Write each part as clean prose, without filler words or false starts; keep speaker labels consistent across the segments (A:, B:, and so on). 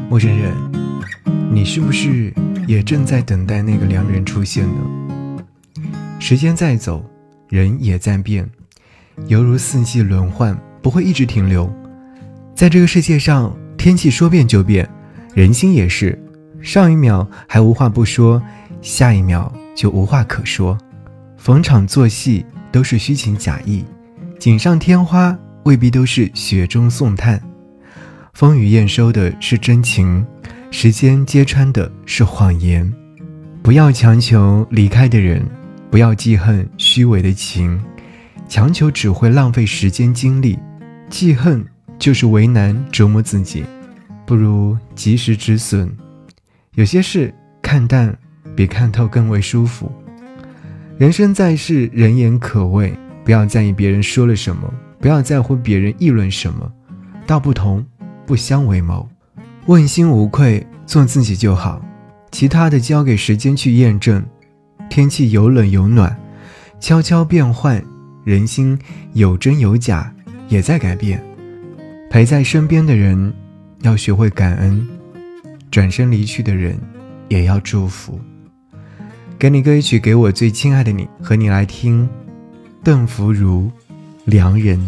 A: 陌生人，你是不是也正在等待那个良人出现呢？时间在走，人也在变，犹如四季轮换，不会一直停留。在这个世界上，天气说变就变，人心也是，上一秒还无话不说，下一秒就无话可说。逢场作戏都是虚情假意，锦上添花未必都是雪中送炭。风雨验收的是真情，时间揭穿的是谎言。不要强求离开的人，不要记恨虚伪的情，强求只会浪费时间精力，记恨就是为难折磨自己，不如及时止损。有些事看淡比看透更为舒服。人生在世，人言可畏，不要在意别人说了什么，不要在乎别人议论什么，道不同不相为谋，问心无愧，做自己就好，其他的交给时间去验证。天气有冷有暖，悄悄变换，人心有真有假，也在改变。陪在身边的人要学会感恩，转身离去的人也要祝福。给你歌一曲，给我最亲爱的你，和你来听邓福如良人。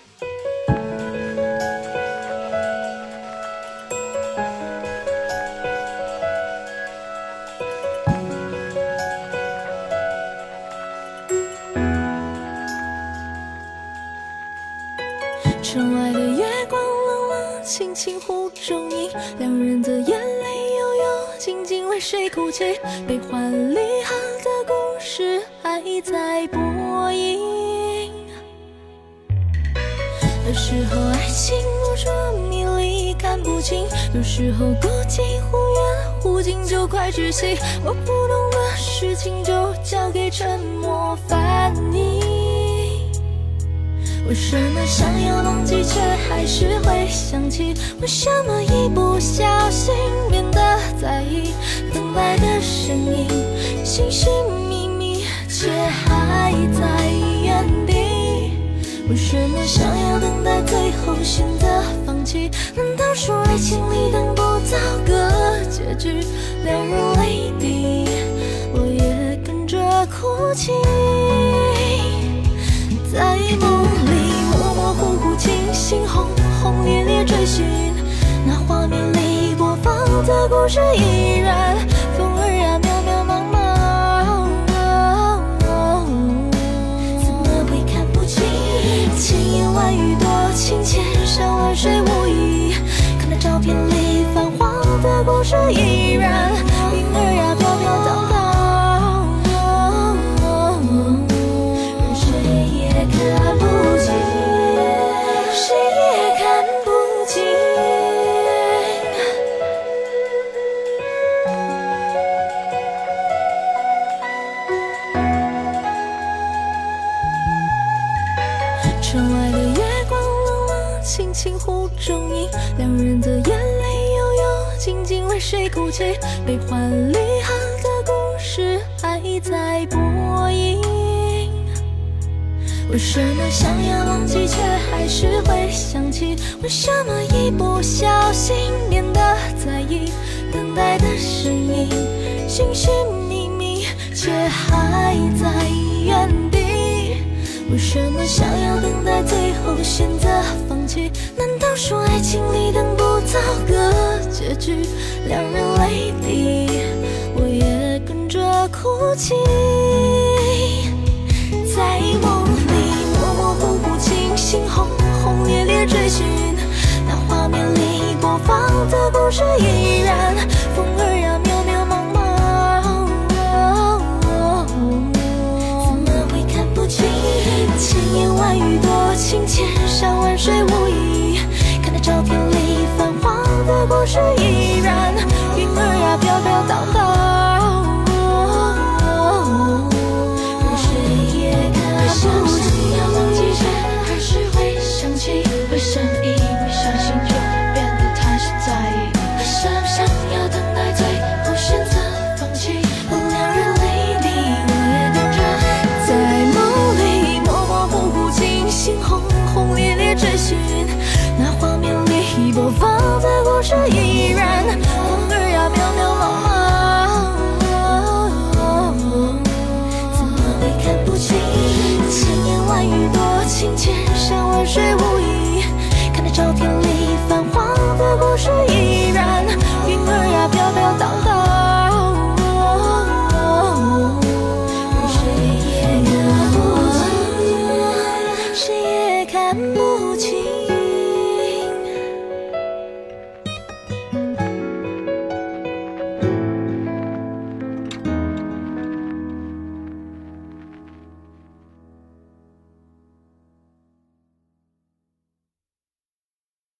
B: 城外的月光冷冷清清湖中影，两人的眼泪悠悠静静为谁哭泣，悲欢离合的故事还在播映。有时候爱情如捉迷离看不清，有时候孤寂忽远忽近就快窒息，我不懂的事情就交给沉默翻译。为什么想要忘记却还是会想起，为什么一不小心变得在意等待的声音，寻寻觅觅却还在原地。为什么想要等待最后选择放弃，难道说爱情里等不到个结局，两人泪滴我也跟着哭泣。在梦里模模糊糊清醒，轰轰烈烈追寻，那画面里播放的故事依然风儿啊渺渺茫茫，怎么会看不清，千言万语多情，千山万水无意，看那照片里泛黄的故事依然云儿啊飘飘荡荡，看不清，谁也看不清。城外的月光冷冷清清湖中影，两人的眼泪悠悠静静为谁哭泣，悲欢离合的故事还在播映。为什么想要忘记却还是会想起，为什么一不小心变得在意等待的声音，寻寻觅觅却还在原地。为什么想要等待最后选择放弃，难道说爱情里等不到个结局，两人泪滴我也跟着哭泣。在梦里模模糊糊清醒，轰轰烈烈追寻，那画面里播放的故事依然风儿啊渺渺茫茫，怎么会看不清，千言万语多情，千山万水无意，看那照片里泛黄的故事依然云儿啊飘飘荡荡。